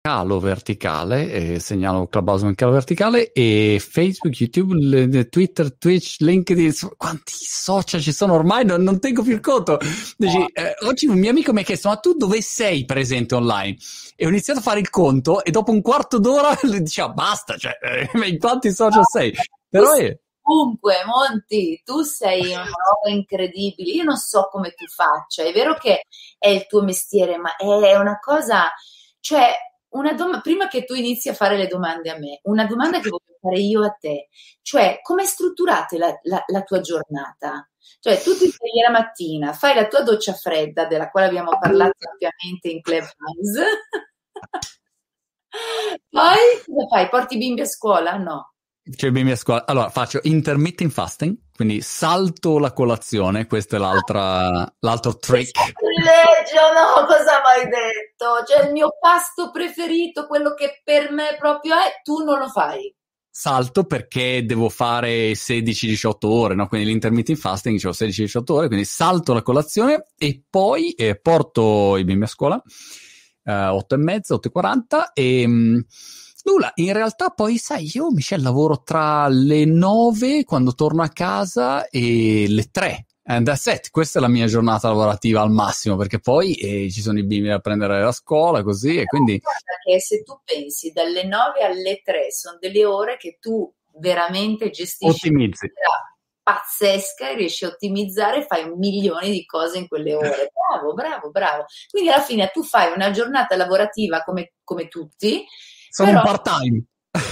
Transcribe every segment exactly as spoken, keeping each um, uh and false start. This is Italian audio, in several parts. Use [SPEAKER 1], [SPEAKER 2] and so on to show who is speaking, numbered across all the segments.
[SPEAKER 1] calo verticale, e segnalo Clubhouse in calo verticale, e Facebook, YouTube, le, Twitter, Twitch, LinkedIn, quanti social ci sono ormai, non, non tengo più il conto. Dici, eh, oggi un mio amico mi ha chiesto, ma tu dove sei presente online? E ho iniziato a fare il conto e dopo un quarto d'ora le diceva basta, cioè, eh, in quanti social sei? Però è...
[SPEAKER 2] Comunque, Monti, tu sei una roba incredibile. Io non so come tu faccia. È vero che è il tuo mestiere, ma è una cosa, cioè, una dom- prima che tu inizi a fare le domande a me, una domanda che voglio fare io a te, cioè, come strutturate la, la, la tua giornata? Cioè, tu ti svegli la mattina, fai la tua doccia fredda, della quale abbiamo parlato ampiamente in Clubhouse. Poi cosa fai? Porti i bimbi a scuola? No.
[SPEAKER 1] C'è bimbi a scuola. Allora, faccio intermittent fasting, quindi salto la colazione, questo è l'altra, l'altro trick.
[SPEAKER 2] Privilegio, no, cosa mi hai detto? Cioè, il mio pasto preferito, quello che per me proprio è, tu non lo fai.
[SPEAKER 1] Salto perché devo fare sedici diciotto ore, no? Quindi l'intermittent fasting dicevo sedici diciotto ore, quindi salto la colazione e poi eh, porto i bimbi a scuola, eh, otto e mezza, otto e quaranta, e... Mh, nulla, in realtà poi sai, io Michelle lavoro tra le nove quando torno a casa e le tre, and that's it. Questa è la mia giornata lavorativa al massimo, perché poi eh, ci sono i bimbi da prendere a scuola, così, e quindi...
[SPEAKER 2] Perché se tu pensi dalle nove alle tre sono delle ore che tu veramente gestisci,
[SPEAKER 1] ottimizzi,
[SPEAKER 2] pazzesca, e riesci a ottimizzare, fai milioni di cose in quelle ore. Bravo, bravo, bravo. Quindi alla fine tu fai una giornata lavorativa come, come tutti.
[SPEAKER 1] Sono
[SPEAKER 2] però...
[SPEAKER 1] un part-time.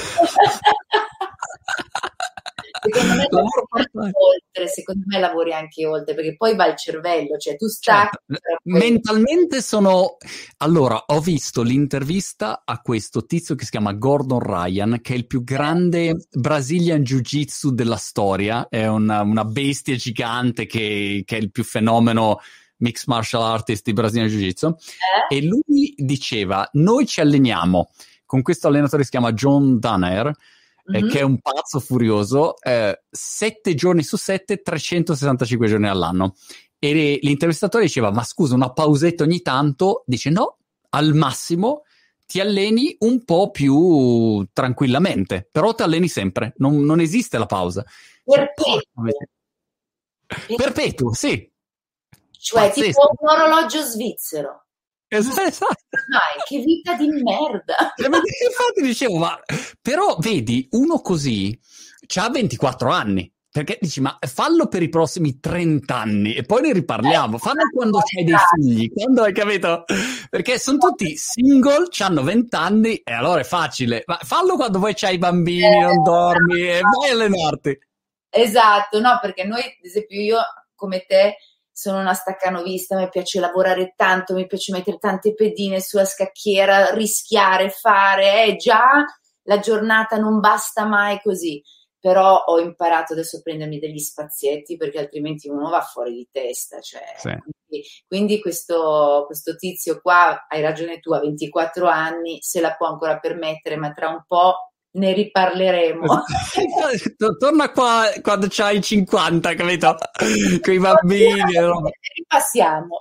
[SPEAKER 2] Secondo me, oltre, secondo me lavori anche oltre, perché poi va il cervello, cioè tu stacchi.
[SPEAKER 1] Certo. Mentalmente sono... Allora, ho visto l'intervista a questo tizio che si chiama Gordon Ryan, che è il più grande Brazilian Jiu-Jitsu della storia, è una, una bestia gigante che, che è il più fenomeno mixed martial artist di Brazilian Jiu-Jitsu, eh? E lui diceva, noi ci alleniamo con questo allenatore che si chiama John Danaher, mm-hmm. eh, che è un pazzo furioso, eh, sette giorni su sette, trecentosessantacinque giorni all'anno. E l'intervistatore diceva, ma scusa, una pausetta ogni tanto? Dice, no, al massimo ti alleni un po' più tranquillamente, però ti alleni sempre, non, non esiste la pausa.
[SPEAKER 2] Perpetuo.
[SPEAKER 1] Cioè, perpetuo, sì.
[SPEAKER 2] Cioè, pazzesco. Tipo un orologio svizzero.
[SPEAKER 1] Esatto.
[SPEAKER 2] Dai, che vita di merda.
[SPEAKER 1] Infatti dicevo, ma però vedi, uno così c'ha ventiquattro anni, perché dici, ma fallo per i prossimi trenta anni e poi ne riparliamo, fallo quando c'hai dei figli, quando hai capito? Perché sono tutti single, c'hanno venti anni e allora è facile, ma fallo quando poi c'hai i bambini, non dormi e vai a allenarti.
[SPEAKER 2] Esatto, no, perché noi, ad esempio, io come te sono una staccanovista, mi piace lavorare tanto, mi piace mettere tante pedine sulla scacchiera, rischiare, fare, eh, già la giornata non basta mai così, però ho imparato adesso a prendermi degli spazietti perché altrimenti uno va fuori di testa, cioè,
[SPEAKER 1] sì.
[SPEAKER 2] quindi, quindi questo, questo tizio qua, hai ragione tu, ha ventiquattro anni, se la può ancora permettere, ma tra un po' ne riparleremo.
[SPEAKER 1] Torna qua quando c'hai cinquanta, capito? Con i bambini.
[SPEAKER 2] Ne ripassiamo.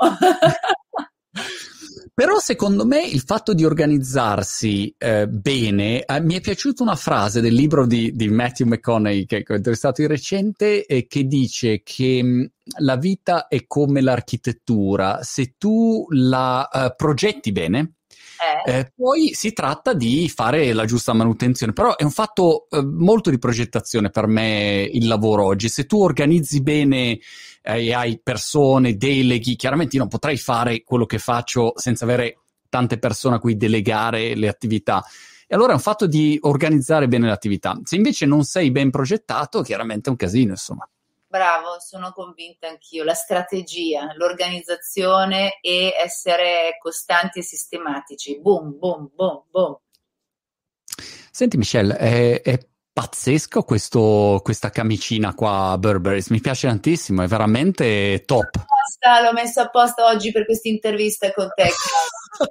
[SPEAKER 1] Però secondo me il fatto di organizzarsi eh, bene, eh, mi è piaciuta una frase del libro di, di Matthew McConaughey che ho interessato di recente, eh, che dice che mh, la vita è come l'architettura, se tu la uh, progetti bene, Eh. Eh, poi si tratta di fare la giusta manutenzione, però è un fatto eh, molto di progettazione per me il lavoro oggi. Se tu organizzi bene eh, e hai persone, deleghi, chiaramente io non potrei fare quello che faccio senza avere tante persone a cui delegare le attività, e allora è un fatto di organizzare bene l'attività. Se invece non sei ben progettato, chiaramente è un casino, insomma.
[SPEAKER 2] Bravo, sono convinta anch'io. La strategia, l'organizzazione e essere costanti e sistematici. Boom, boom, boom, boom.
[SPEAKER 1] Senti Michelle, è, è pazzesco questo, questa camicina qua a Burberry's, mi piace tantissimo, è veramente top.
[SPEAKER 2] L'ho messo apposta oggi per questa intervista con te.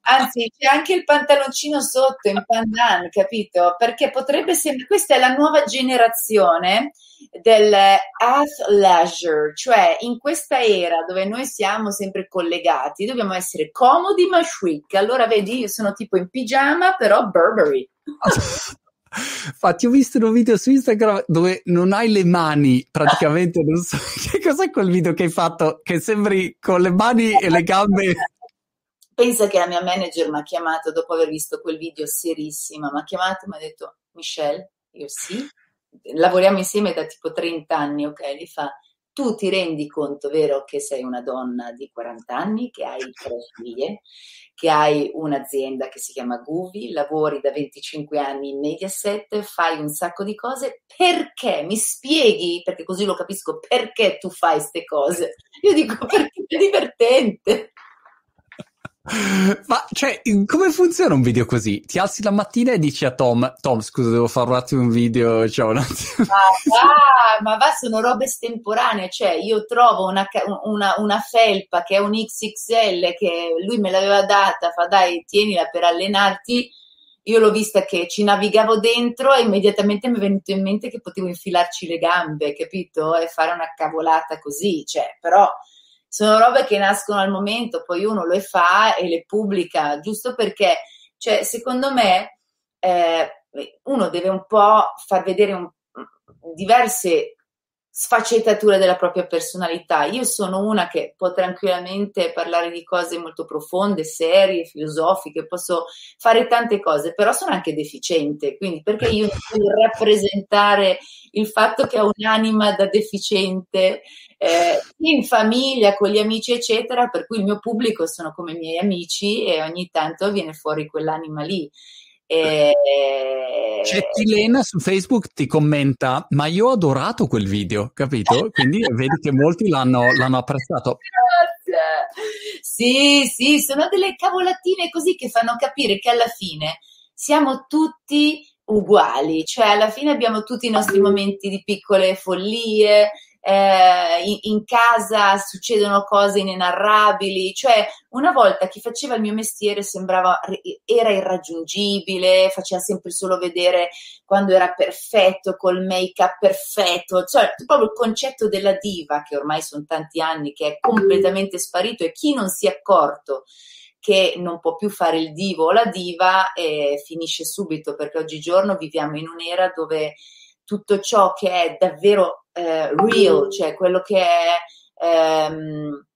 [SPEAKER 2] Anzi, c'è anche il pantaloncino sotto in pandan, capito? Perché potrebbe sembrare, questa è la nuova generazione del athleisure, cioè in questa era dove noi siamo sempre collegati, dobbiamo essere comodi ma chic. Allora vedi, io sono tipo in pigiama, però Burberry.
[SPEAKER 1] Infatti ho visto un video su Instagram dove non hai le mani, praticamente non so che cos'è quel video che hai fatto, che sembri con le mani e le gambe.
[SPEAKER 2] Pensa che la mia manager mi ha chiamato dopo aver visto quel video serissima, mi ha chiamato e mi ha detto: Michelle, io sì, lavoriamo insieme da tipo trenta anni, ok? Gli fa: tu ti rendi conto, vero, che sei una donna di quaranta anni, che hai tre figlie, che hai un'azienda che si chiama Guvi, lavori da venticinque anni in Mediaset, fai un sacco di cose, perché? Mi spieghi? Perché così lo capisco, perché tu fai ste cose? Io dico: perché è divertente.
[SPEAKER 1] Ma cioè, come funziona un video così? Ti alzi la mattina e dici a Tom: Tom, scusa, devo fare un attimo un video, ciao un attimo.
[SPEAKER 2] Ma va, ma va, sono robe estemporanee, cioè io trovo una, una, una felpa che è un X X L che lui me l'aveva data, fa dai, tienila per allenarti. Io l'ho vista che ci navigavo dentro e immediatamente mi è venuto in mente che potevo infilarci le gambe, capito? E fare una cavolata così, cioè, però sono robe che nascono al momento, poi uno le fa e le pubblica, giusto perché, cioè, secondo me, eh, uno deve un po' far vedere un, diverse sfaccettature della propria personalità. Io sono una che può tranquillamente parlare di cose molto profonde, serie, filosofiche, posso fare tante cose, però sono anche deficiente, quindi perché io non devo rappresentare il fatto che ho un'anima da deficiente eh, in famiglia, con gli amici, eccetera, per cui il mio pubblico sono come i miei amici e ogni tanto viene fuori quell'anima lì. E...
[SPEAKER 1] C'è Tilena su Facebook ti commenta: ma io ho adorato quel video, capito? Quindi vedi che molti l'hanno, l'hanno apprezzato.
[SPEAKER 2] Grazie. Sì, sì, sono delle cavolatine così che fanno capire che alla fine siamo tutti uguali, cioè alla fine abbiamo tutti i nostri momenti di piccole follie, eh, in, in casa succedono cose inenarrabili, cioè una volta chi faceva il mio mestiere sembrava, era irraggiungibile, faceva sempre solo vedere quando era perfetto, col make-up perfetto, cioè proprio il concetto della diva, che ormai sono tanti anni che è completamente sparito, e chi non si è accorto che non può più fare il divo o la diva eh, finisce subito, perché oggigiorno viviamo in un'era dove tutto ciò che è davvero eh, real, cioè quello che è ehm,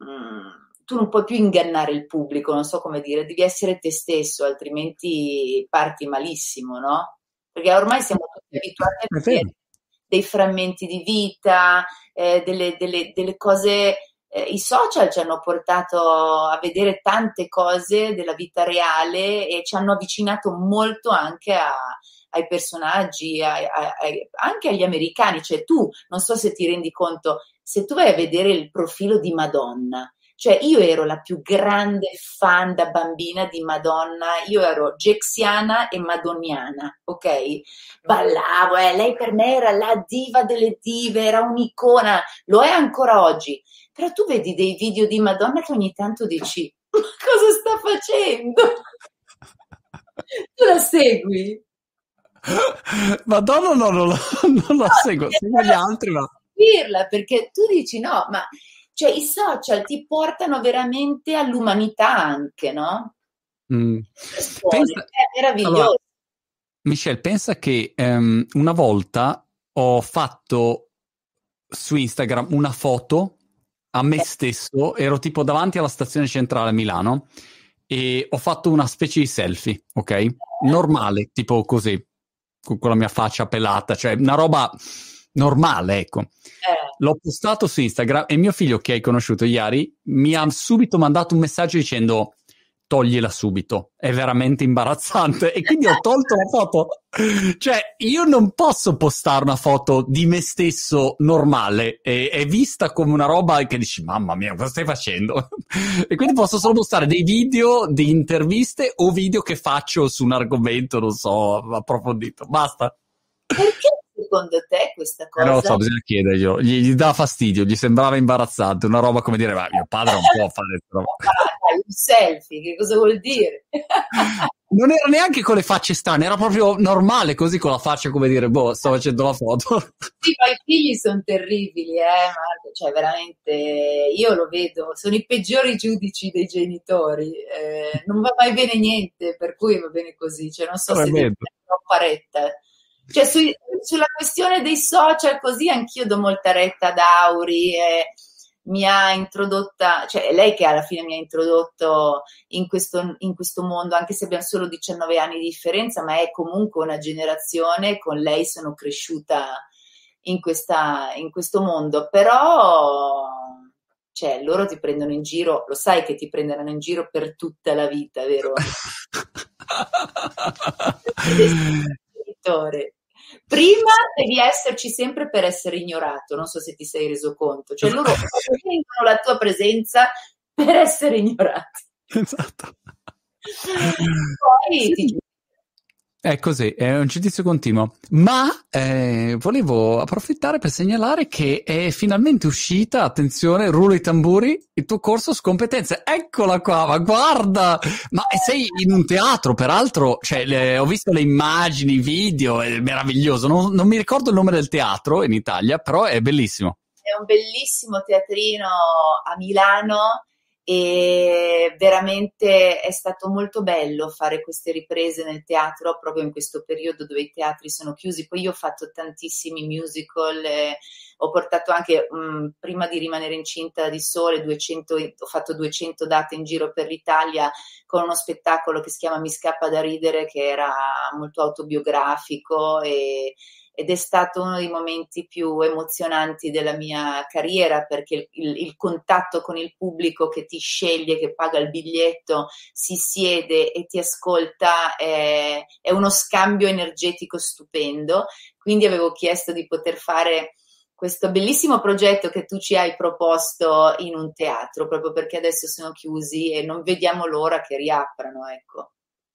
[SPEAKER 2] tu non puoi più ingannare il pubblico, non so come dire, devi essere te stesso, altrimenti parti malissimo, no? Perché ormai siamo tutti abituati a vedere dei frammenti di vita, eh, delle, delle, delle cose. Eh, I social ci hanno portato a vedere tante cose della vita reale e ci hanno avvicinato molto anche a, ai personaggi, a, a, a, anche agli americani. Cioè tu, non so se ti rendi conto, se tu vai a vedere il profilo di Madonna, cioè io ero la più grande fan da bambina di Madonna, io ero jexiana e madonniana, ok? Ballavo, eh, lei per me era la diva delle dive, era un'icona, lo è ancora oggi. Però tu vedi dei video di Madonna che ogni tanto dici: ma cosa sta facendo? Tu la segui?
[SPEAKER 1] Madonna no, non la, non la no, seguo, seguo gli altri, ma...
[SPEAKER 2] Seguirla, perché tu dici no, ma cioè i social ti portano veramente all'umanità anche, no?
[SPEAKER 1] Mm.
[SPEAKER 2] Pensa... È meraviglioso.
[SPEAKER 1] Allora, Michelle, pensa che um, una volta ho fatto su Instagram una foto a me stesso, ero tipo davanti alla stazione centrale a Milano e ho fatto una specie di selfie, ok? Normale, tipo così, con la mia faccia pelata, cioè una roba normale, ecco. Eh. L'ho postato su Instagram e mio figlio, che hai conosciuto ieri, mi ha subito mandato un messaggio dicendo: togliela subito, è veramente imbarazzante. E quindi ho tolto la foto. Cioè, io non posso postare una foto di me stesso normale, è, è vista come una roba che dici: mamma mia, cosa stai facendo? E quindi posso solo postare dei video di interviste o video che faccio su un argomento, non so, approfondito. Basta.
[SPEAKER 2] Perché secondo te questa cosa?
[SPEAKER 1] Eh, non lo so, bisogna chiederglielo. Gli, gli dà fastidio, gli sembrava imbarazzante, una roba come dire, ma mio padre non può fare questa roba.
[SPEAKER 2] Dai, un selfie, che cosa vuol dire?
[SPEAKER 1] Non era neanche con le facce strane, era proprio normale, così con la faccia come dire, boh, sto facendo la foto.
[SPEAKER 2] Sì, ma i figli sono terribili, eh, Marco, cioè veramente, io lo vedo, sono i peggiori giudici dei genitori, eh, non va mai bene niente, per cui va bene così, cioè non so se devo troppa retta. Cioè sui, sulla questione dei social così anch'io do molta retta ad Auri, e mi ha introdotta, cioè è lei che alla fine mi ha introdotto in questo, in questo mondo, anche se abbiamo solo diciannove anni di differenza, ma è comunque una generazione, con lei sono cresciuta in, questa, in questo mondo, però cioè, loro ti prendono in giro, lo sai che ti prenderanno in giro per tutta la vita, vero? Prima devi esserci sempre per essere ignorato, non so se ti sei reso conto, cioè loro prendono la tua presenza per essere ignorati.
[SPEAKER 1] Esatto.
[SPEAKER 2] Poi
[SPEAKER 1] sì.
[SPEAKER 2] ti...
[SPEAKER 1] È così, è un giudizio continuo, ma eh, volevo approfittare per segnalare che è finalmente uscita, attenzione, rullo i tamburi, il tuo corso su competenze, eccola qua, ma guarda, ma sei in un teatro, peraltro, cioè, le, ho visto le immagini, i video, è meraviglioso, non, non mi ricordo il nome del teatro in Italia, però è bellissimo.
[SPEAKER 2] È un bellissimo teatrino a Milano, e veramente è stato molto bello fare queste riprese nel teatro proprio in questo periodo dove i teatri sono chiusi. Poi io ho fatto tantissimi musical, eh, ho portato anche mh, prima di rimanere incinta di Sole duecento, ho fatto duecento date in giro per l'Italia con uno spettacolo che si chiama Mi scappa da ridere, che era molto autobiografico, e ed è stato uno dei momenti più emozionanti della mia carriera, perché il, il contatto con il pubblico che ti sceglie, che paga il biglietto, si siede e ti ascolta, è, è uno scambio energetico stupendo. Quindi avevo chiesto di poter fare questo bellissimo progetto che tu ci hai proposto in un teatro, proprio perché adesso sono chiusi e non vediamo l'ora che riaprano, ecco.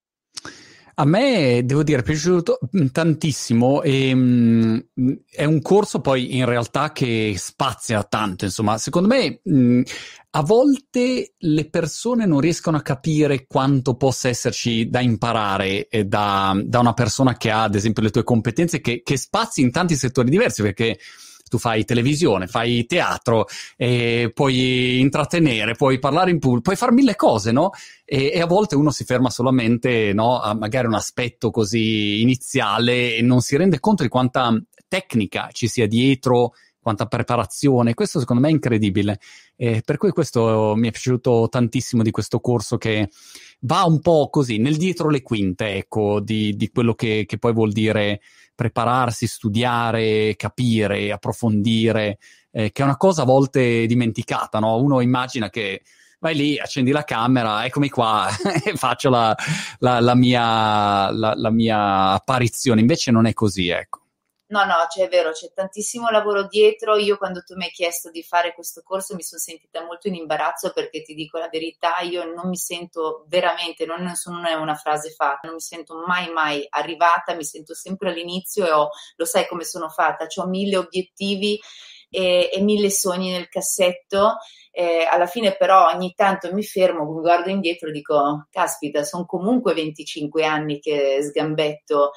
[SPEAKER 1] A me, devo dire, è piaciuto tantissimo e mh, è un corso poi in realtà che spazia tanto, insomma, secondo me mh, a volte le persone non riescono a capire quanto possa esserci da imparare eh, da, da una persona che ha, ad esempio, le tue competenze, che, che spazi in tanti settori diversi, perché tu fai televisione, fai teatro, eh, puoi intrattenere, puoi parlare in pubblico, puoi fare mille cose, no? E, e a volte uno si ferma solamente, no, a magari un aspetto così iniziale e non si rende conto di quanta tecnica ci sia dietro, quanta preparazione. Questo secondo me è incredibile. Eh, per cui questo mi è piaciuto tantissimo di questo corso, che va un po' così, nel dietro le quinte, ecco, di, di quello che, che poi vuol dire prepararsi, studiare, capire, approfondire, eh, che è una cosa a volte dimenticata, no? Uno immagina che vai lì, accendi la camera, eccomi qua, e faccio la, la, la, mia, la, la mia apparizione. Invece non è così, ecco.
[SPEAKER 2] No, no, cioè è vero, c'è tantissimo lavoro dietro. Io quando tu mi hai chiesto di fare questo corso mi sono sentita molto in imbarazzo, perché ti dico la verità, io non mi sento veramente, non, non è una frase fatta, non mi sento mai mai arrivata, mi sento sempre all'inizio e ho, lo sai come sono fatta, ho mille obiettivi e, e mille sogni nel cassetto. Eh, alla fine però ogni tanto mi fermo, mi guardo indietro e dico, caspita, sono comunque venticinque anni che sgambetto,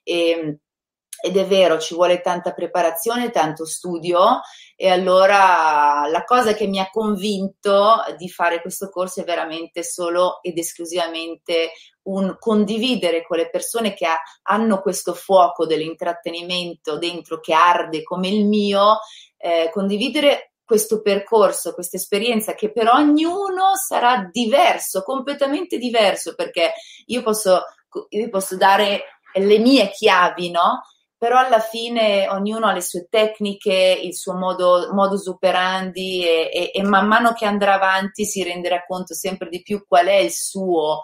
[SPEAKER 2] e ed è vero, ci vuole tanta preparazione, tanto studio, e allora la cosa che mi ha convinto di fare questo corso è veramente solo ed esclusivamente un condividere con le persone che ha, hanno questo fuoco dell'intrattenimento dentro che arde come il mio, eh, condividere questo percorso, questa esperienza che per ognuno sarà diverso, completamente diverso, perché io posso, io posso dare le mie chiavi, no? Però alla fine ognuno ha le sue tecniche, il suo modo, modus operandi, e, e, e man mano che andrà avanti si renderà conto sempre di più qual è il suo,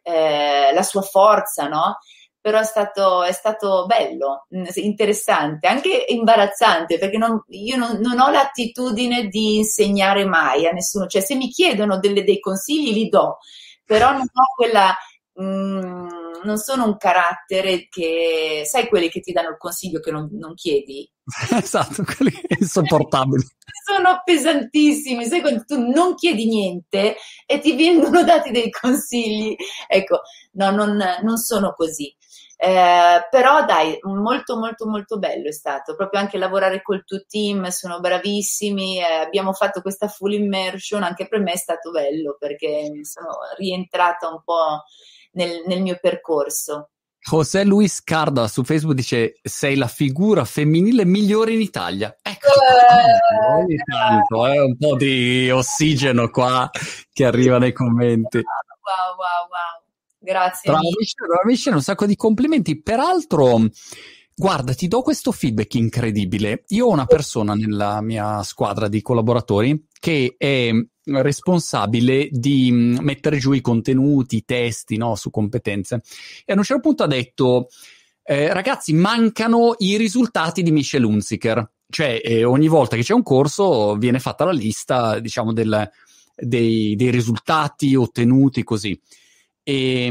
[SPEAKER 2] eh, la sua forza, no? Però è stato, è stato bello, interessante, anche imbarazzante, perché non, io non, non ho l'attitudine di insegnare mai a nessuno, cioè se mi chiedono delle, dei consigli li do, però non ho quella... Mh, non sono un carattere che, sai, quelli che ti danno il consiglio che non, non chiedi?
[SPEAKER 1] Esatto, quelli insopportabili.
[SPEAKER 2] Sono pesantissimi, sai quando tu non chiedi niente e ti vengono dati dei consigli? Ecco, no, non, non sono così. Eh, però dai, molto molto molto bello è stato, proprio anche lavorare col tuo team, sono bravissimi, eh, abbiamo fatto questa full immersion, anche per me è stato bello perché mi sono rientrata un po' nel, nel mio percorso.
[SPEAKER 1] José Luis Carda su Facebook dice: sei la figura femminile migliore in Italia. Ecco,
[SPEAKER 2] Eh,
[SPEAKER 1] ogni tanto è eh, un po' di ossigeno qua che arriva nei commenti.
[SPEAKER 2] Wow, wow, wow. Grazie
[SPEAKER 1] Bravo
[SPEAKER 2] mille.
[SPEAKER 1] Michelle, Michelle, un sacco di complimenti. Peraltro, guarda, ti do questo feedback incredibile. Io ho una persona nella mia squadra di collaboratori che è responsabile di mettere giù i contenuti, i testi, no, su competenze. E a un certo punto ha detto: eh, ragazzi, mancano i risultati di Michelle Hunziker. Cioè, eh, ogni volta che c'è un corso viene fatta la lista, diciamo, del, dei, dei risultati ottenuti, così. E,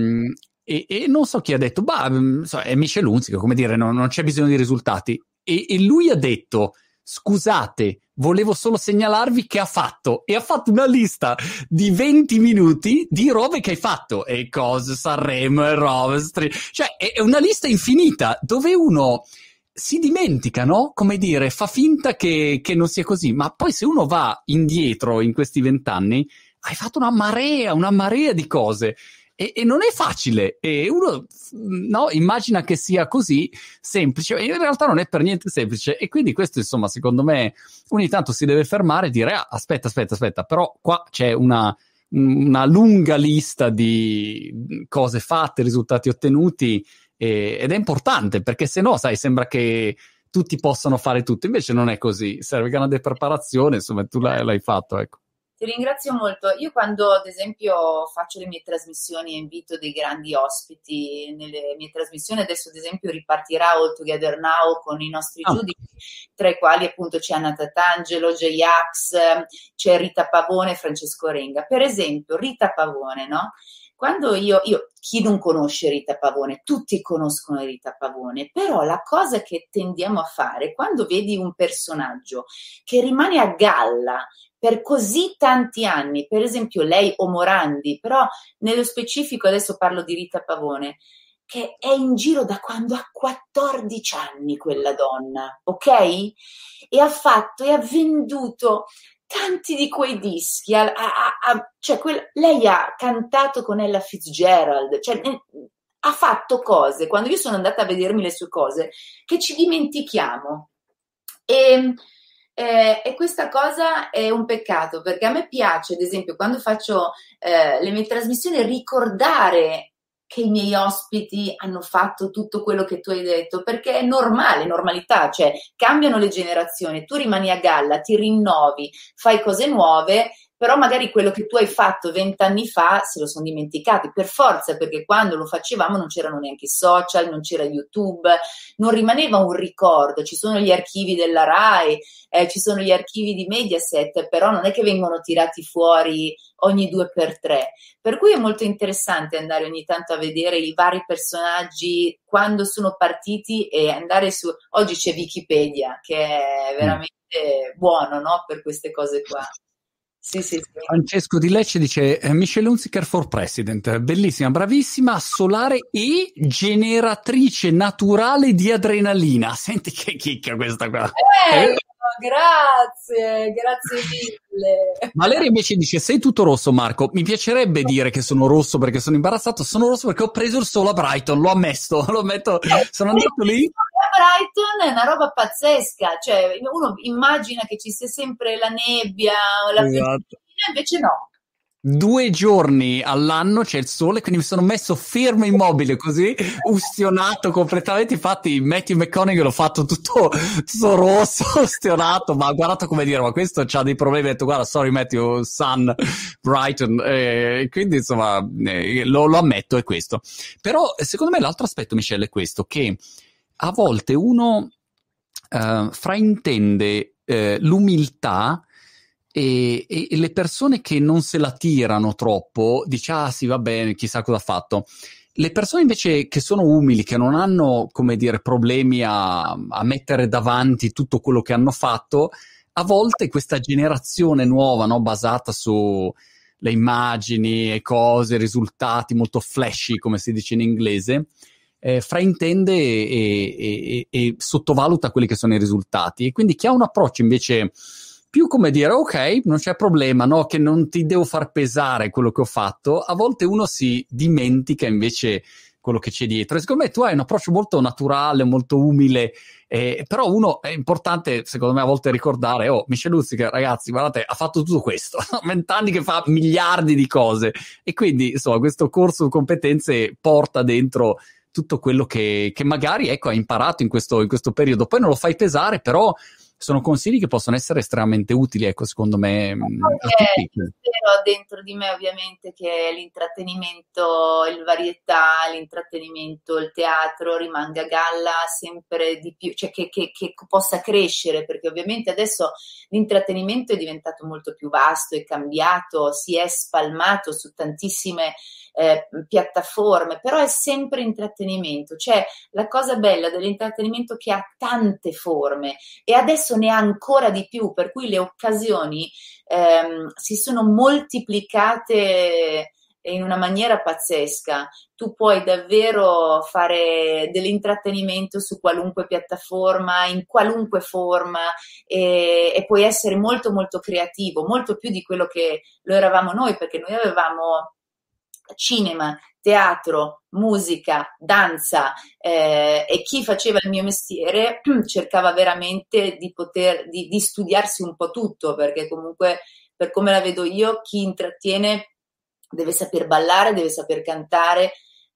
[SPEAKER 1] e, e non so chi ha detto, bah, è Michelle Hunziker, come dire, no, non c'è bisogno di risultati. E, e lui ha detto: scusate, volevo solo segnalarvi che ha fatto, e ha fatto una lista di venti minuti di robe che hai fatto, e cose, Sanremo, e robe, stri- cioè è una lista infinita dove uno si dimentica, no? Come dire, fa finta che, che non sia così, ma poi se uno va indietro in questi vent'anni, hai fatto una marea, una marea di cose. E, e non è facile, e uno no, immagina che sia così semplice, in realtà non è per niente semplice, e quindi questo, insomma, secondo me ogni tanto si deve fermare e dire: ah, aspetta, aspetta, aspetta, però qua c'è una, una lunga lista di cose fatte, risultati ottenuti, e, ed è importante, perché se no, sai, sembra che tutti possano fare tutto, invece non è così, serve grande preparazione, insomma, tu l'hai, l'hai fatto, ecco.
[SPEAKER 2] Ti ringrazio molto. Io quando ad esempio faccio le mie trasmissioni e invito dei grandi ospiti nelle mie trasmissioni, adesso ad esempio ripartirà All Together Now con i nostri
[SPEAKER 1] Ah.
[SPEAKER 2] giudici, tra i quali appunto c'è Anna Tatangelo, J-Ax, c'è Rita Pavone e Francesco Renga. Per esempio Rita Pavone, no? Quando io, io, chi non conosce Rita Pavone? Tutti conoscono Rita Pavone, però la cosa che tendiamo a fare, quando vedi un personaggio che rimane a galla per così tanti anni, per esempio lei o Morandi, però nello specifico adesso parlo di Rita Pavone, che è in giro da quando ha quattordici anni quella donna, ok? E ha fatto e ha venduto tanti di quei dischi, ha, ha, ha, cioè quel, lei ha cantato con Ella Fitzgerald, cioè ha fatto cose, quando io sono andata a vedermi le sue cose, che ci dimentichiamo. E... Eh, e questa cosa è un peccato, perché a me piace, ad esempio, quando faccio eh, le mie trasmissioni, ricordare che i miei ospiti hanno fatto tutto quello che tu hai detto, perché è normale, normalità, cioè cambiano le generazioni, tu rimani a galla, ti rinnovi, fai cose nuove, però magari quello che tu hai fatto vent'anni fa se lo sono dimenticati, per forza, perché quando lo facevamo non c'erano neanche i social, non c'era YouTube, non rimaneva un ricordo, ci sono gli archivi della Rai, eh, ci sono gli archivi di Mediaset, però non è che vengono tirati fuori ogni due per tre, per cui è molto interessante andare ogni tanto a vedere i vari personaggi quando sono partiti e andare su, oggi c'è Wikipedia che è veramente mm. buono, no? Per queste cose qua. Sì, sì, sì.
[SPEAKER 1] Francesco Di Lecce dice: Michelle Hunziker for President, bellissima, bravissima, solare e generatrice naturale di adrenalina. Senti che chicca questa qua.
[SPEAKER 2] Eh, grazie, grazie mille.
[SPEAKER 1] Valeria invece dice: sei tutto rosso, Marco, mi piacerebbe dire che sono rosso perché sono imbarazzato, sono rosso perché ho preso il sole a Brighton, l'ho ammesso, lo ammetto, sono andato lì.
[SPEAKER 2] A Brighton è una roba pazzesca, cioè uno immagina che ci sia sempre la nebbia o la
[SPEAKER 1] esatto.
[SPEAKER 2] Invece no.
[SPEAKER 1] Due giorni all'anno c'è il sole, quindi mi sono messo fermo immobile così, ustionato completamente. Infatti Matthew McConaughey l'ho fatto tutto, tutto rosso, ustionato, ma guardato come dire, ma questo c'ha dei problemi. Ho detto: guarda, sorry Matthew, Sun, Brighton, e quindi insomma eh, lo, lo ammetto, è questo. Però secondo me l'altro aspetto, Michelle, è questo, che a volte uno eh, fraintende eh, l'umiltà. E, e, e le persone che non se la tirano troppo, dice: ah sì, va bene, chissà cosa ha fatto. le persone invece che sono umili, che non hanno, come dire, problemi a, a mettere davanti tutto quello che hanno fatto, a volte questa generazione nuova, no, basata su le immagini e cose, risultati molto flashy, come si dice in inglese, eh, fraintende e, e, e, e sottovaluta quelli che sono i risultati. E quindi chi ha un approccio invece più come dire, ok, non c'è problema, no, che non ti devo far pesare quello che ho fatto, a volte uno si dimentica invece quello che c'è dietro. E secondo me tu hai un approccio molto naturale, molto umile, eh, però uno è importante, secondo me, a volte ricordare, oh, Micheluzzi, che ragazzi, guardate, ha fatto tutto questo, vent'anni che fa miliardi di cose, e quindi, insomma, questo corso di competenze porta dentro tutto quello che, che magari, ecco, hai imparato in questo, in questo periodo. Poi non lo fai pesare, però sono consigli che possono essere estremamente utili, ecco, secondo me, mh, a tutti.
[SPEAKER 2] Spero dentro di me, ovviamente, che l'intrattenimento, il varietà, l'intrattenimento, il teatro rimanga a galla sempre di più, cioè che, che, che possa crescere, perché ovviamente adesso l'intrattenimento è diventato molto più vasto, è cambiato, si è spalmato su tantissime eh, piattaforme, però è sempre intrattenimento. Cioè, la cosa bella dell'intrattenimento che ha tante forme, e adesso ne ha ancora di più, per cui le occasioni ehm, si sono moltiplicate in una maniera pazzesca. Tu puoi davvero fare dell'intrattenimento su qualunque piattaforma, in qualunque forma, e, e puoi essere molto molto creativo, molto più di quello che lo eravamo noi, perché noi avevamo cinema, teatro, musica, danza, eh, e chi faceva il mio mestiere cercava veramente di poter di, di studiarsi un po' tutto, perché comunque, per come la vedo io, chi intrattiene deve saper ballare, deve saper cantare,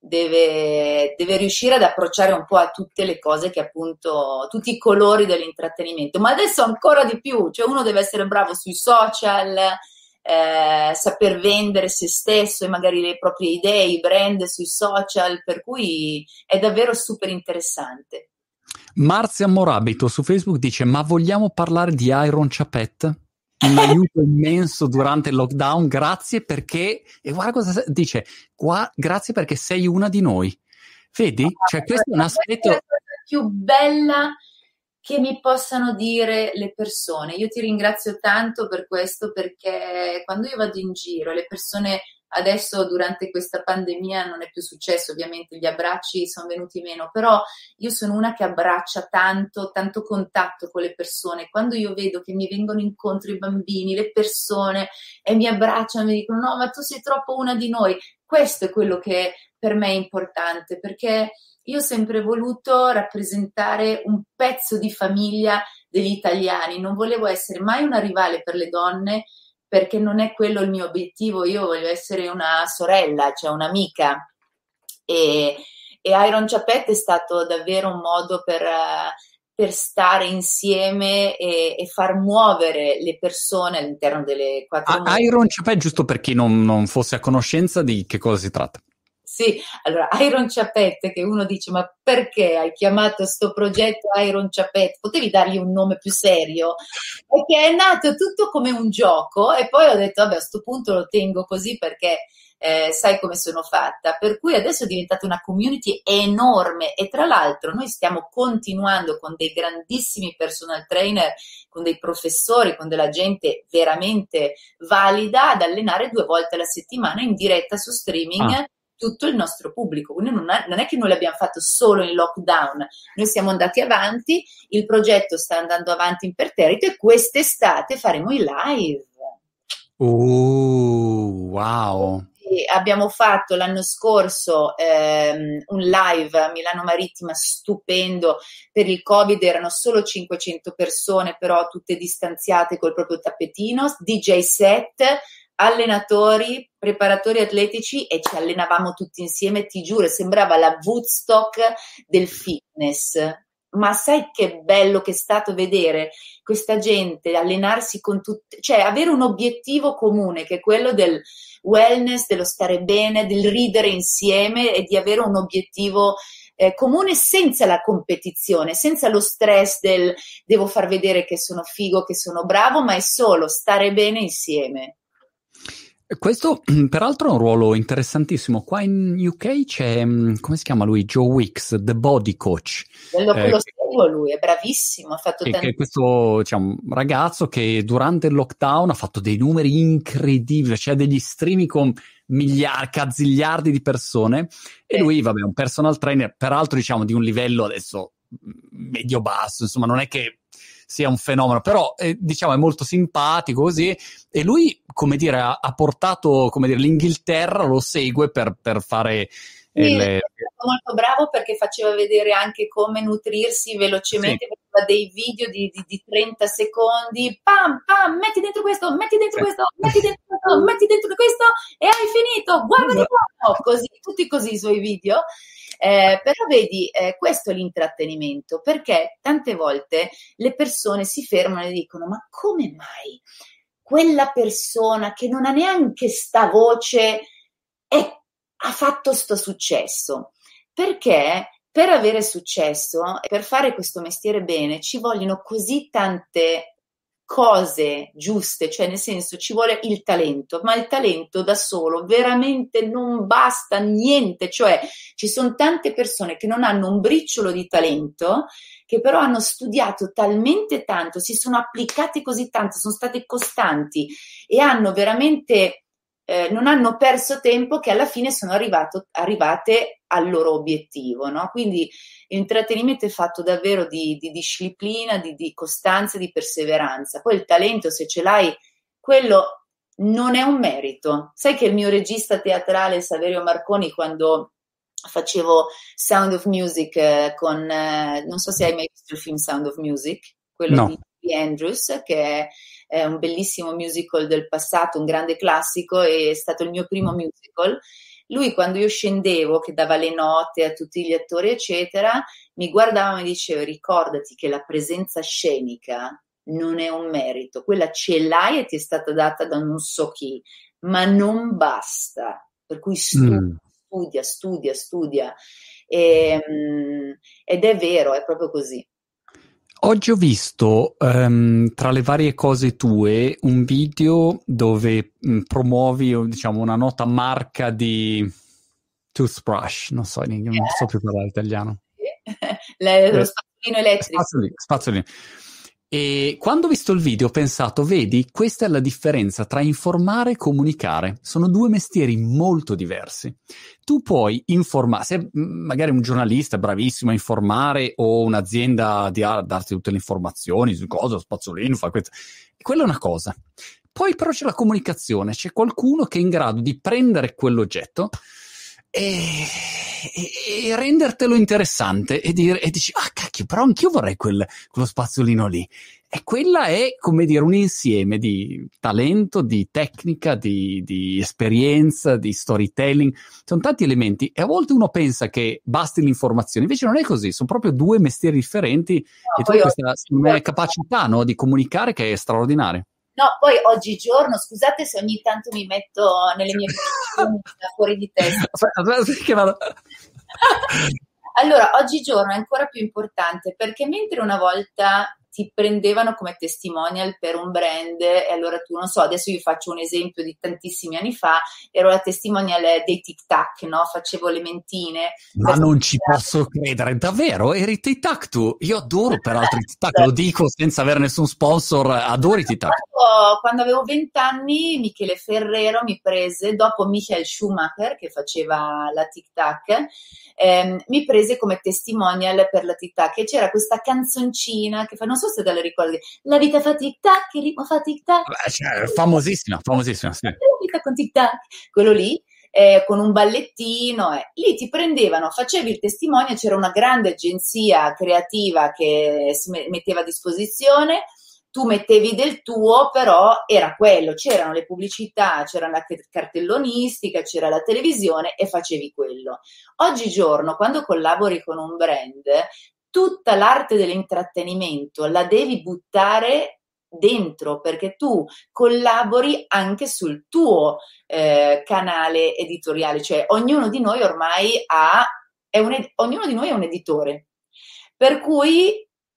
[SPEAKER 2] deve, deve riuscire ad approcciare un po' a tutte le cose che, appunto, tutti i colori dell'intrattenimento, ma adesso ancora di più, cioè uno deve essere bravo sui social, Eh, saper vendere se stesso e magari le proprie idee, i brand sui social, per cui è davvero super interessante.
[SPEAKER 1] Marzia Morabito su Facebook dice: ma vogliamo parlare di Iron Chapet? Un aiuto immenso durante il lockdown, grazie perché, e guarda cosa dice, qua, grazie perché sei una di noi. Vedi? Cioè, questo è un aspetto...
[SPEAKER 2] È la cosa più bella che mi possano dire le persone. Io ti ringrazio tanto per questo, perché quando io vado in giro, le persone, adesso durante questa pandemia non è più successo, ovviamente gli abbracci sono venuti meno, però io sono una che abbraccia tanto, tanto contatto con le persone. Quando io vedo che mi vengono incontro i bambini, le persone, e mi abbracciano, mi dicono no, ma tu sei troppo una di noi, questo è quello che per me è importante, perché io ho sempre voluto rappresentare un pezzo di famiglia degli italiani, non volevo essere mai una rivale per le donne, perché non è quello il mio obiettivo. Io voglio essere una sorella, cioè un'amica, e, e Iron Chapet è stato davvero un modo per, per stare insieme e, e far muovere le persone all'interno delle quattro mura.
[SPEAKER 1] Iron Chapet, giusto per chi non, non fosse a conoscenza di che cosa si tratta.
[SPEAKER 2] Sì, allora Iron Chapet, che uno dice ma perché hai chiamato sto progetto Iron Chapet? Potevi dargli un nome più serio? Perché è nato tutto come un gioco, e poi ho detto vabbè, a sto punto lo tengo così, perché eh, sai come sono fatta, per cui adesso è diventata una community enorme, e tra l'altro noi stiamo continuando con dei grandissimi personal trainer, con dei professori, con della gente veramente valida, ad allenare due volte alla settimana in diretta su streaming. Ah. Tutto il nostro pubblico, quindi non è, non è che noi l'abbiamo fatto solo in lockdown, noi siamo andati avanti, il progetto sta andando avanti imperterrito, e quest'estate faremo i live.
[SPEAKER 1] Oh, wow!
[SPEAKER 2] E abbiamo fatto l'anno scorso ehm, un live a Milano Marittima stupendo. Per il Covid erano solo cinquecento persone, però tutte distanziate col proprio tappetino, D J set, allenatori, preparatori atletici, e ci allenavamo tutti insieme, ti giuro, sembrava la Woodstock del fitness. Ma sai che bello che è stato vedere questa gente allenarsi con tutti, cioè avere un obiettivo comune, che è quello del wellness, dello stare bene, del ridere insieme, e di avere un obiettivo eh, comune, senza la competizione, senza lo stress del devo far vedere che sono figo, che sono bravo, ma è solo stare bene insieme.
[SPEAKER 1] Questo, peraltro, è un ruolo interessantissimo. Qua in U K c'è, come si chiama lui? Joe Wicks, The Body Coach.
[SPEAKER 2] Quello,
[SPEAKER 1] Eh,
[SPEAKER 2] quello
[SPEAKER 1] che,
[SPEAKER 2] seguo lui, è bravissimo, ha fatto
[SPEAKER 1] che, che è
[SPEAKER 2] tanti...
[SPEAKER 1] questo, diciamo, ragazzo che durante il lockdown ha fatto dei numeri incredibili, cioè degli streaming con miliardi, cazzigliardi di persone. E lui, vabbè, è un personal trainer, peraltro, diciamo, di un livello adesso medio-basso, insomma, non è che sia un fenomeno, però eh, diciamo è molto simpatico così, e lui, come dire, ha, ha portato, come dire, l'Inghilterra lo segue per, per fare
[SPEAKER 2] Sì,
[SPEAKER 1] il...
[SPEAKER 2] è stato molto bravo perché faceva vedere anche come nutrirsi velocemente,
[SPEAKER 1] Sì,
[SPEAKER 2] faceva dei video di, di, di trenta secondi, pam, pam, metti dentro questo, metti dentro
[SPEAKER 1] sì.
[SPEAKER 2] questo, metti dentro questo, metti dentro questo e hai finito, guarda di qua, così, tutti così i suoi video. Eh, però vedi, eh, questo è l'intrattenimento, perché tante volte le persone si fermano e dicono: ma come mai quella persona che non ha neanche sta voce è, ha fatto sto successo? Perché per avere successo e per fare questo mestiere bene ci vogliono così tante cose giuste, cioè nel senso ci vuole il talento, ma il talento da solo veramente non basta niente, cioè ci sono tante persone che non hanno un briciolo di talento, che però hanno studiato talmente tanto, si sono applicati così tanto, sono stati costanti e hanno veramente, eh, non hanno perso tempo, che alla fine sono arrivato, arrivate al loro obiettivo, no? Quindi l'intrattenimento è fatto davvero di, di disciplina, di, di costanza, di perseveranza. Poi il talento, se ce l'hai, quello non è un merito. Sai che il mio regista teatrale, Saverio Marconi, quando facevo Sound of Music eh, con, eh, non so se hai mai visto il film Sound of Music, quello
[SPEAKER 1] No.
[SPEAKER 2] di Julie Andrews, che è, è un bellissimo musical del passato, un grande classico, è stato il mio primo musical. Lui, quando io scendevo, che dava le note a tutti gli attori, eccetera, mi guardava e mi diceva: ricordati che la presenza scenica non è un merito, quella ce l'hai e ti è stata data da non so chi, ma non basta. Per cui studia,
[SPEAKER 1] Mm.
[SPEAKER 2] studia, studia, studia. E, um, ed è vero, è proprio così.
[SPEAKER 1] Oggi ho visto, um, tra le varie cose tue, un video dove mh, promuovi, diciamo, una nota marca di toothbrush, non so, non so più parlare italiano.
[SPEAKER 2] Le, lo
[SPEAKER 1] Eh,
[SPEAKER 2] spazzolino elettrico.
[SPEAKER 1] spazzolino, spazzolino. E quando ho visto il video ho pensato, vedi, questa è la differenza tra informare e comunicare. Sono due mestieri molto diversi. Tu puoi informare, se magari un giornalista è bravissimo a informare o un'azienda di a darti tutte le informazioni su cosa, spazzolino, fa questo. Quella è una cosa. Poi però c'è la comunicazione, c'è qualcuno che è in grado di prendere quell'oggetto e, e, e rendertelo interessante e, dire, e dici, ah cacchio, però anch'io vorrei quel, quello spazzolino lì. E quella è, come dire, un insieme di talento, di tecnica, di, di esperienza, di storytelling. Sono tanti elementi e a volte uno pensa che basti l'informazione, invece non è così, sono proprio due mestieri differenti. No, e tu hai questa ho... capacità, no, di comunicare che è straordinaria.
[SPEAKER 2] No, poi oggigiorno, scusate se ogni tanto mi metto nelle mie posizioni fuori di testa.
[SPEAKER 1] Che vado...
[SPEAKER 2] Allora, oggigiorno è ancora più importante, perché mentre una volta ti prendevano come testimonial per un brand e allora tu, non so, adesso io faccio un esempio di tantissimi anni fa, ero la testimonial dei Tic Tac, no? Facevo le mentine.
[SPEAKER 1] Ma non ci posso credere, davvero? Eri Tic Tac tu? Io adoro peraltro i Tic Tac, lo dico senza avere nessun sponsor, adoro i Tic Tac.
[SPEAKER 2] Quando, quando avevo vent'anni Michele Ferrero mi prese, dopo Michael Schumacher che faceva la Tic Tac, ehm, mi prese come testimonial per la Tic Tac e c'era questa canzoncina che fa, non so se te la ricordi, la vita fa Tic Tac, il ritmo fa Tic Tac.
[SPEAKER 1] Beh, cioè, famosissima, famosissima, sì.
[SPEAKER 2] La vita con Tic Tac, quello lì. Eh, con un ballettino, eh. Lì ti prendevano, facevi il testimone, c'era una grande agenzia creativa che si metteva a disposizione, tu mettevi del tuo, però era quello, c'erano le pubblicità, c'era la cartellonistica, c'era la televisione e facevi quello. Oggigiorno, quando collabori con un brand, tutta l'arte dell'intrattenimento la devi buttare dentro, perché tu collabori anche sul tuo eh, canale editoriale, cioè ognuno di noi ormai ha, è un, ognuno di noi è un editore, per cui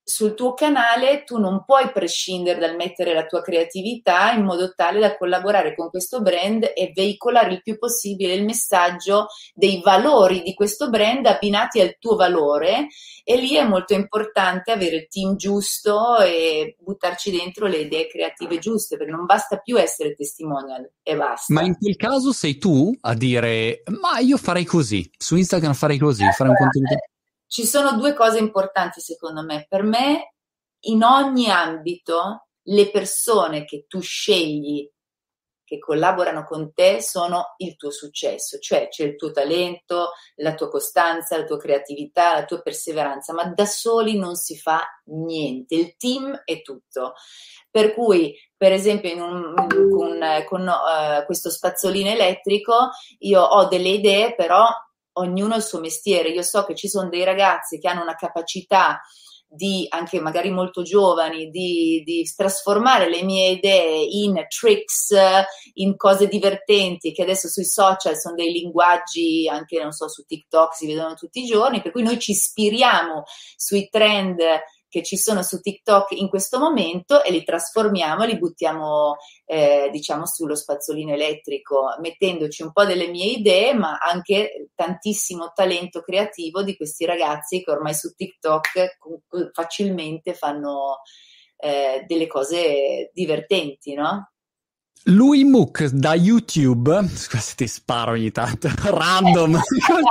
[SPEAKER 2] sul tuo canale tu non puoi prescindere dal mettere la tua creatività in modo tale da collaborare con questo brand e veicolare il più possibile il messaggio dei valori di questo brand abbinati al tuo valore, e lì è molto importante avere il team giusto e buttarci dentro le idee creative giuste, perché non basta più essere testimonial e basta.
[SPEAKER 1] Ma in quel caso sei tu a dire ma io farei così, su Instagram farei così, farei un contenuto...
[SPEAKER 2] Ci sono due cose importanti secondo me. Per me, in ogni ambito, le persone che tu scegli, che collaborano con te, sono il tuo successo. Cioè c'è il tuo talento, la tua costanza, la tua creatività, la tua perseveranza, ma da soli non si fa niente. Il team è tutto. Per cui, per esempio, in un, con, con uh, questo spazzolino elettrico, io ho delle idee, però ognuno ha il suo mestiere. Io so che ci sono dei ragazzi che hanno una capacità di, anche magari molto giovani, di, di trasformare le mie idee in tricks, in cose divertenti, che adesso sui social sono dei linguaggi, anche non so, su TikTok si vedono tutti i giorni, per cui noi ci ispiriamo sui trend che ci sono su TikTok in questo momento e li trasformiamo e li buttiamo eh, diciamo sullo spazzolino elettrico, mettendoci un po' delle mie idee, ma anche tantissimo talento creativo di questi ragazzi che ormai su TikTok facilmente fanno eh, delle cose divertenti, no?
[SPEAKER 1] Lui Mook da YouTube, scusa se ti sparo ogni tanto, random.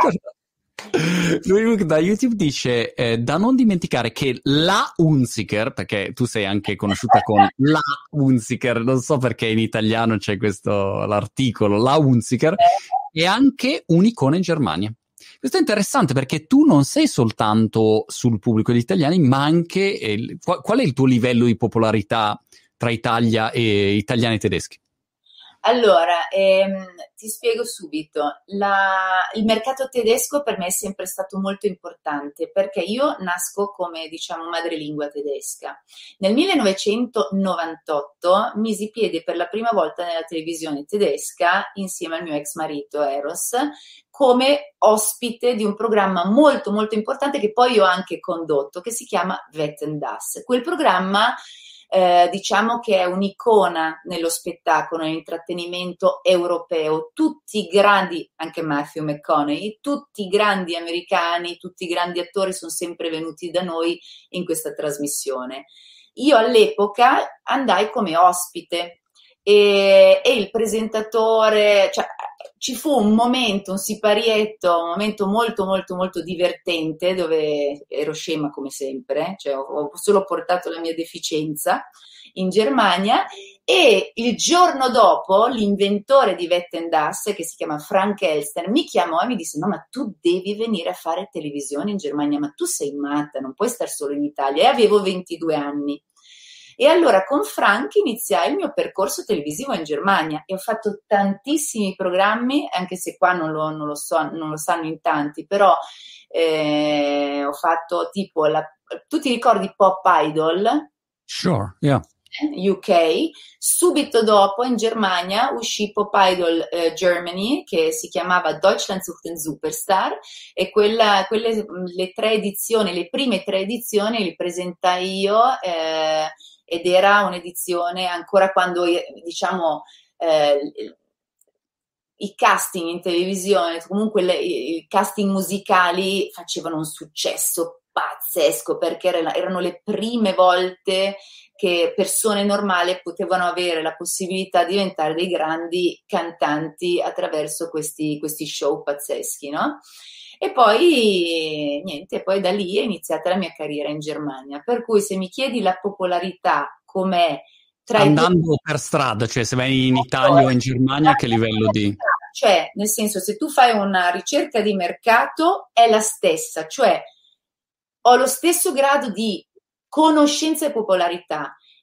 [SPEAKER 1] Lui da YouTube dice eh, da non dimenticare che la Hunziker, perché tu sei anche conosciuta con la Hunziker, non so perché in italiano c'è questo l'articolo, la Hunziker, è anche un'icona in Germania. Questo è interessante perché tu non sei soltanto sul pubblico degli italiani, ma anche eh, qual, qual è il tuo livello di popolarità tra Italia e italiani e tedeschi?
[SPEAKER 2] Allora, ehm, ti spiego subito. La, il mercato tedesco per me è sempre stato molto importante perché io nasco come, diciamo, madrelingua tedesca. Nel millenovecentonovantotto misi piede per la prima volta nella televisione tedesca insieme al mio ex marito Eros come ospite di un programma molto molto importante che poi ho anche condotto, che si chiama Wetten, das. Quel programma Eh, diciamo che è un'icona nello spettacolo, nell'intrattenimento europeo. Tutti i grandi, anche Matthew McConaughey, tutti i grandi americani, tutti i grandi attori sono sempre venuti da noi in questa trasmissione. Io all'epoca andai come ospite e, e il presentatore, cioè ci fu un momento, un siparietto, un momento molto molto molto divertente dove ero scema come sempre, cioè ho, ho solo portato la mia deficienza in Germania, e il giorno dopo l'inventore di Wetten, das, che si chiama Frank Elstner, mi chiamò e mi disse: no, ma tu devi venire a fare televisione in Germania, ma tu sei matta, non puoi stare solo in Italia. E avevo ventidue anni. E allora con Frank iniziai il mio percorso televisivo in Germania e ho fatto tantissimi programmi, anche se qua non lo, non lo, so, non lo sanno in tanti, però eh, ho fatto tipo, la, tu ti ricordi Pop Idol?
[SPEAKER 1] Sure, yeah.
[SPEAKER 2] U K, subito dopo in Germania uscì Pop Idol eh, Germany, che si chiamava Deutschland sucht den Superstar, e quella, quelle le tre edizioni, le prime tre edizioni le presentai io, eh, ed era un'edizione ancora quando, diciamo, eh, i casting in televisione, comunque le, i casting musicali facevano un successo pazzesco perché erano le prime volte che persone normali potevano avere la possibilità di diventare dei grandi cantanti attraverso questi, questi show pazzeschi, no? E poi, niente, poi da lì è iniziata la mia carriera in Germania, per cui se mi chiedi la popolarità com'è tra
[SPEAKER 1] andando i... per strada, cioè se vai in Italia o in Germania, che livello di...
[SPEAKER 2] Cioè, nel senso, se tu fai una ricerca di mercato è la stessa, cioè ho lo stesso grado di conoscenza e popolarità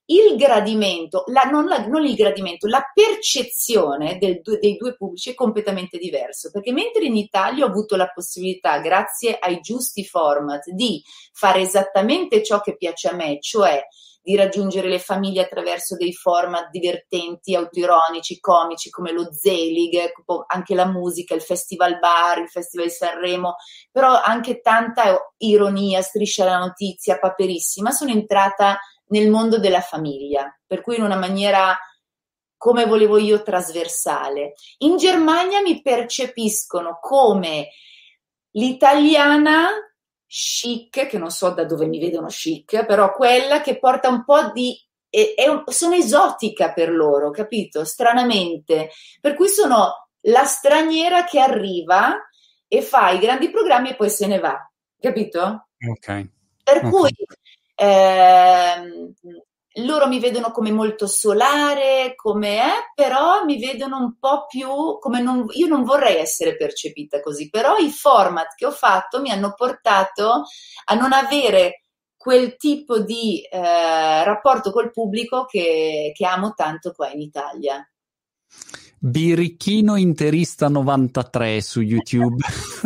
[SPEAKER 2] il gradimento, la, non, la, non il gradimento, la percezione del, dei due pubblici è completamente diverso, perché mentre in Italia ho avuto la possibilità, grazie ai giusti format, di fare esattamente ciò che piace a me, cioè di raggiungere le famiglie attraverso dei format divertenti, autoironici, comici, come lo Zelig, anche la musica, il Festival Bar, il Festival di Sanremo, però anche tanta ironia, Striscia la notizia, Paperissima. Sono entrata nel mondo della famiglia, per cui in una maniera, come volevo io, trasversale. In Germania mi percepiscono come l'italiana chic, che non so da dove mi vedono chic, però quella che porta un po' di... È, è un, sono esotica per loro, capito? Stranamente. Per cui sono la straniera che arriva e fa i grandi programmi e poi se ne va, capito?
[SPEAKER 1] Ok.
[SPEAKER 2] Per
[SPEAKER 1] okay.
[SPEAKER 2] cui ehm, loro mi vedono come molto solare, come è, però mi vedono un po' più come non, io non vorrei essere percepita così, però i format che ho fatto mi hanno portato a non avere quel tipo di eh, rapporto col pubblico che, che amo tanto qua in Italia.
[SPEAKER 1] Birichino Interista novantatré su YouTube.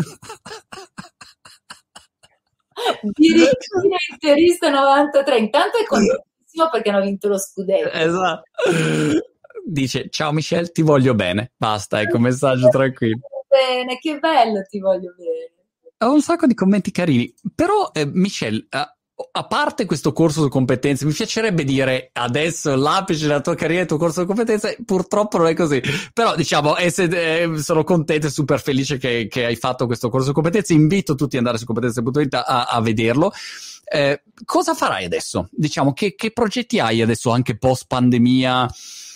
[SPEAKER 2] Birichino Interista novantatré, intanto è contentissimo perché hanno vinto lo scudetto.
[SPEAKER 1] Esatto. Dice: ciao Michelle, ti voglio bene. Basta, ecco, messaggio tranquillo.
[SPEAKER 2] Bene, che bello, ti voglio bene.
[SPEAKER 1] Ho un sacco di commenti carini, però eh, Michelle, eh, a parte questo corso di competenze, mi piacerebbe dire adesso l'apice della tua carriera, il tuo corso di competenze, purtroppo non è così, però diciamo eh, se, eh, sono contento e super felice che, che hai fatto questo corso di competenze, invito tutti ad andare su competenze punto it a, a vederlo. Eh, cosa farai adesso? Diciamo, che, che progetti hai adesso anche post pandemia?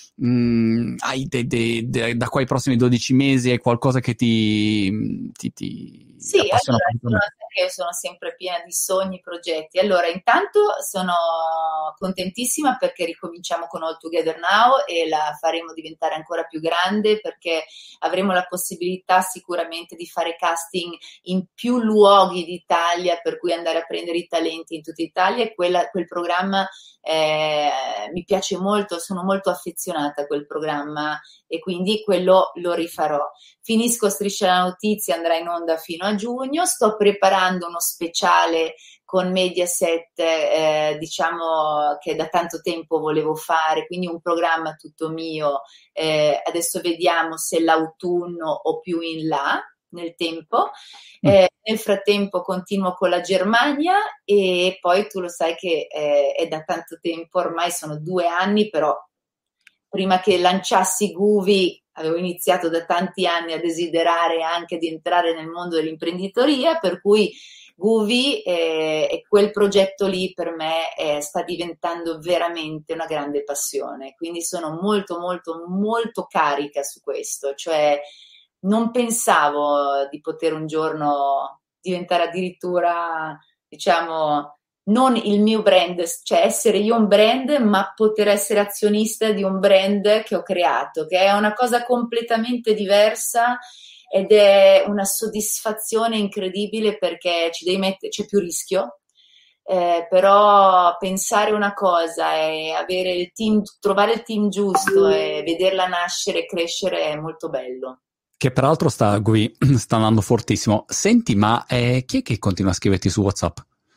[SPEAKER 1] Mm, hai de, de, de, da qua ai prossimi dodici mesi hai qualcosa che ti, ti, ti
[SPEAKER 2] sì,
[SPEAKER 1] appassiona?
[SPEAKER 2] Allora, io sono sempre piena di sogni, progetti. Allora, intanto sono contentissima perché ricominciamo con All Together Now e la faremo diventare ancora più grande, perché avremo la possibilità sicuramente di fare casting in più luoghi d'Italia, per cui andare a prendere i talenti in tutta Italia, e quella, quel programma eh, mi piace molto, sono molto affezionata a quel programma e quindi quello lo rifarò. Finisco Striscia la notizia, andrà in onda fino a giugno, sto preparando uno speciale con Mediaset, eh, diciamo che da tanto tempo volevo fare, quindi un programma tutto mio, eh, adesso vediamo se l'autunno o più in là nel tempo. Eh, nel frattempo continuo con la Germania e poi tu lo sai che eh, è da tanto tempo, ormai sono due anni, però prima che lanciassi Guvi avevo iniziato da tanti anni a desiderare anche di entrare nel mondo dell'imprenditoria, per cui Guvi eh, e quel progetto lì per me eh, sta diventando veramente una grande passione, quindi sono molto molto molto carica su questo, cioè non pensavo di poter un giorno diventare addirittura, diciamo, non il mio brand, cioè essere io un brand, ma poter essere azionista di un brand che ho creato, che è una cosa completamente diversa ed è una soddisfazione incredibile, perché ci devi mettere, c'è più rischio, eh, però pensare una cosa e avere il team, trovare il team giusto e vederla nascere e crescere è molto bello.
[SPEAKER 1] Che peraltro sta, Gui, sta andando fortissimo. Senti, ma eh, chi è che continua a scriverti su WhatsApp?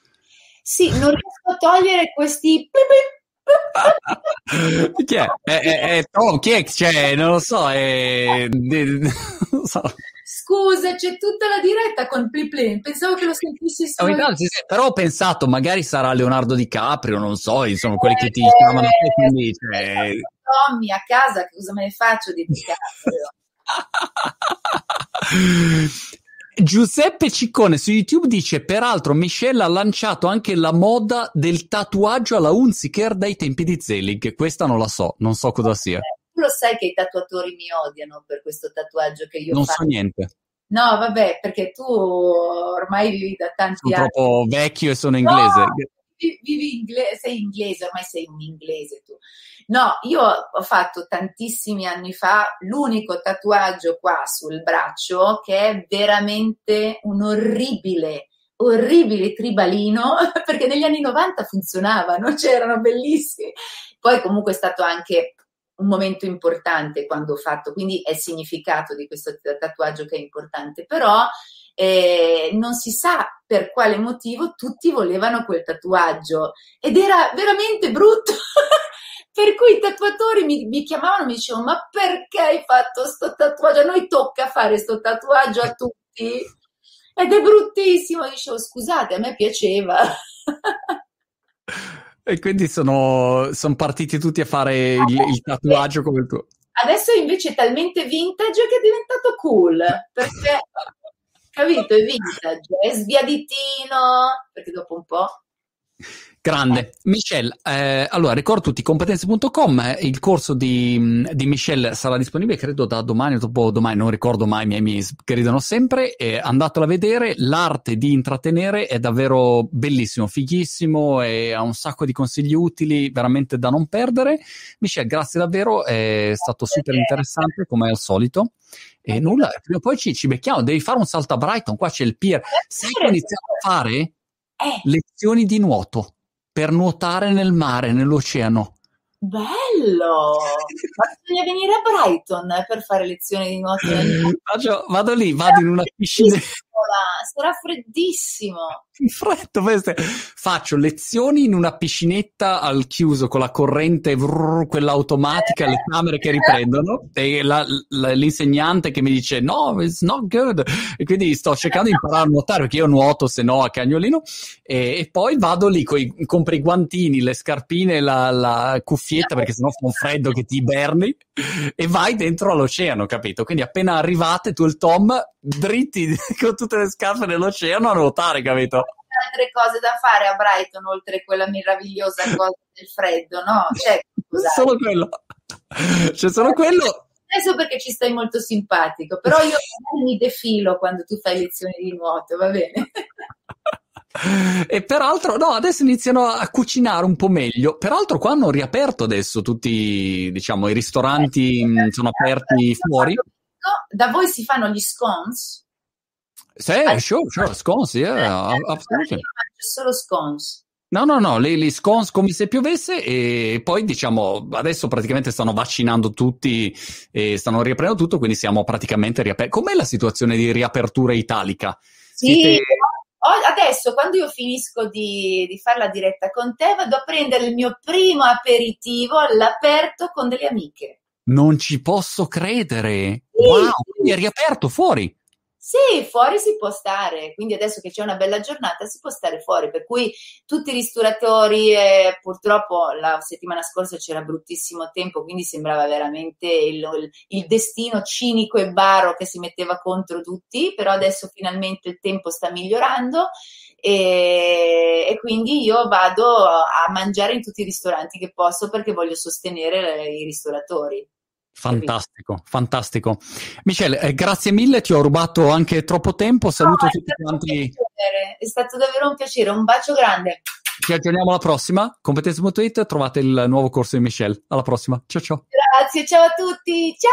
[SPEAKER 2] Sì, non riesco a togliere questi...
[SPEAKER 1] Chi è? È, è, è Tom, chi è? Cioè, non lo so, è... non so.
[SPEAKER 2] Scusa, c'è tutta la diretta con Pliplin, pensavo che lo sentissi solo io.
[SPEAKER 1] Sì, sì, però ho pensato, magari sarà Leonardo DiCaprio, non so, insomma, quelli che ti chiamano te, quindi... Cioè...
[SPEAKER 2] Tommy a casa, cosa me ne faccio di DiCaprio?
[SPEAKER 1] Giuseppe Ciccone su YouTube dice: peraltro Michelle ha lanciato anche la moda del tatuaggio alla Hunziker dai tempi di Zelig. Questa non la so, non so cosa sia.
[SPEAKER 2] Tu lo sai che i tatuatori mi odiano per questo tatuaggio che io
[SPEAKER 1] non
[SPEAKER 2] faccio.
[SPEAKER 1] Non so niente.
[SPEAKER 2] No, vabbè, perché tu ormai vivi da tanti
[SPEAKER 1] sono
[SPEAKER 2] anni.
[SPEAKER 1] Sono troppo vecchio e sono inglese.
[SPEAKER 2] No, vivi inglese, sei inglese, ormai sei un inglese tu. No, io ho fatto tantissimi anni fa l'unico tatuaggio qua sul braccio che è veramente un orribile, orribile tribalino, perché negli anni novanta funzionavano, c'erano bellissimi. Poi comunque è stato anche un momento importante quando ho fatto, quindi è il significato di questo tatuaggio che è importante, però eh, non si sa per quale motivo tutti volevano quel tatuaggio ed era veramente brutto. Per cui i tatuatori mi, mi chiamavano, mi dicevano: ma perché hai fatto sto tatuaggio? A noi tocca fare sto tatuaggio a tutti ed è bruttissimo. Dicevo: scusate, a me piaceva.
[SPEAKER 1] E quindi sono, sono partiti tutti a fare il, il tatuaggio come il tuo.
[SPEAKER 2] Adesso invece è talmente vintage che è diventato cool, perché, capito, è vintage, è sbiaditino, perché dopo un po'...
[SPEAKER 1] Grande. Michelle, eh, allora ricordo tutti competenze punto com, eh, il corso di, di Michelle sarà disponibile credo da domani o dopo domani, non ricordo mai, i miei mi gridano sempre, eh, andatelo a vedere, l'arte di intrattenere è davvero bellissimo, fighissimo e ha un sacco di consigli utili, veramente da non perdere. Michelle, grazie davvero, è stato super interessante come al solito. E nulla, prima o poi ci, ci becchiamo, devi fare un salto a Brighton, qua c'è il pier. Sai che ho iniziato a fare? Lezioni di nuoto. Per nuotare nel mare, nell'oceano.
[SPEAKER 2] Bello! Ma bisogna venire a Brighton per fare lezioni di nuoto.
[SPEAKER 1] Faccio, vado lì, vado in una piscina.
[SPEAKER 2] Sarà freddissimo.
[SPEAKER 1] Freddo, faccio lezioni in una piscinetta al chiuso con la corrente, vrr, quella automatica, le camere che riprendono e la, la, l'insegnante che mi dice no, it's not good, e quindi sto cercando di imparare a nuotare perché io nuoto se no a cagnolino e, e poi vado lì coi, compri i guantini, le scarpine, la, la cuffietta perché sennò fa un freddo che ti iberni e vai dentro all'oceano, capito? Quindi appena arrivate tu e il Tom dritti con tutte le scarpe nell'oceano a nuotare, capito?
[SPEAKER 2] Altre cose da fare a Brighton oltre quella meravigliosa cosa del freddo, no? Cioè,
[SPEAKER 1] solo quello. C'è solo quello.
[SPEAKER 2] Adesso perché ci stai molto simpatico, però io mi defilo quando tu fai lezioni di nuoto, va bene?
[SPEAKER 1] E peraltro, no, adesso iniziano a cucinare un po' meglio. Peraltro qua hanno riaperto adesso tutti, diciamo, i ristoranti eh, sono aperti fuori.
[SPEAKER 2] Da voi si fanno gli scones?
[SPEAKER 1] Sì, sure, sure, scones, yeah, assolutamente.
[SPEAKER 2] Solo scones.
[SPEAKER 1] No, no, no, li, li scones come se piovesse e poi diciamo adesso praticamente stanno vaccinando tutti e stanno riaprendo tutto, quindi siamo praticamente riaperti. Com'è la situazione di riapertura italica?
[SPEAKER 2] Sì, Siete... adesso quando io finisco di, di fare la diretta con te vado a prendere il mio primo aperitivo all'aperto con delle amiche.
[SPEAKER 1] Non ci posso credere!
[SPEAKER 2] Sì,
[SPEAKER 1] wow,
[SPEAKER 2] sì.
[SPEAKER 1] Quindi è riaperto fuori!
[SPEAKER 2] Sì, fuori si può stare, quindi adesso che c'è una bella giornata si può stare fuori, per cui tutti i ristoratori, eh, purtroppo la settimana scorsa c'era bruttissimo tempo, quindi sembrava veramente il, il, il destino cinico e baro che si metteva contro tutti, però adesso finalmente il tempo sta migliorando e, e quindi io vado a mangiare in tutti i ristoranti che posso perché voglio sostenere i ristoratori.
[SPEAKER 1] Fantastico, fantastico. Michelle, eh, grazie mille, ti ho rubato anche troppo tempo, saluto no, tutti quanti.
[SPEAKER 2] È stato davvero un piacere, un bacio grande.
[SPEAKER 1] Ci aggiorniamo alla prossima, competenze punto it, trovate il nuovo corso di Michelle. Alla prossima, ciao ciao.
[SPEAKER 2] Grazie, ciao a tutti, ciao.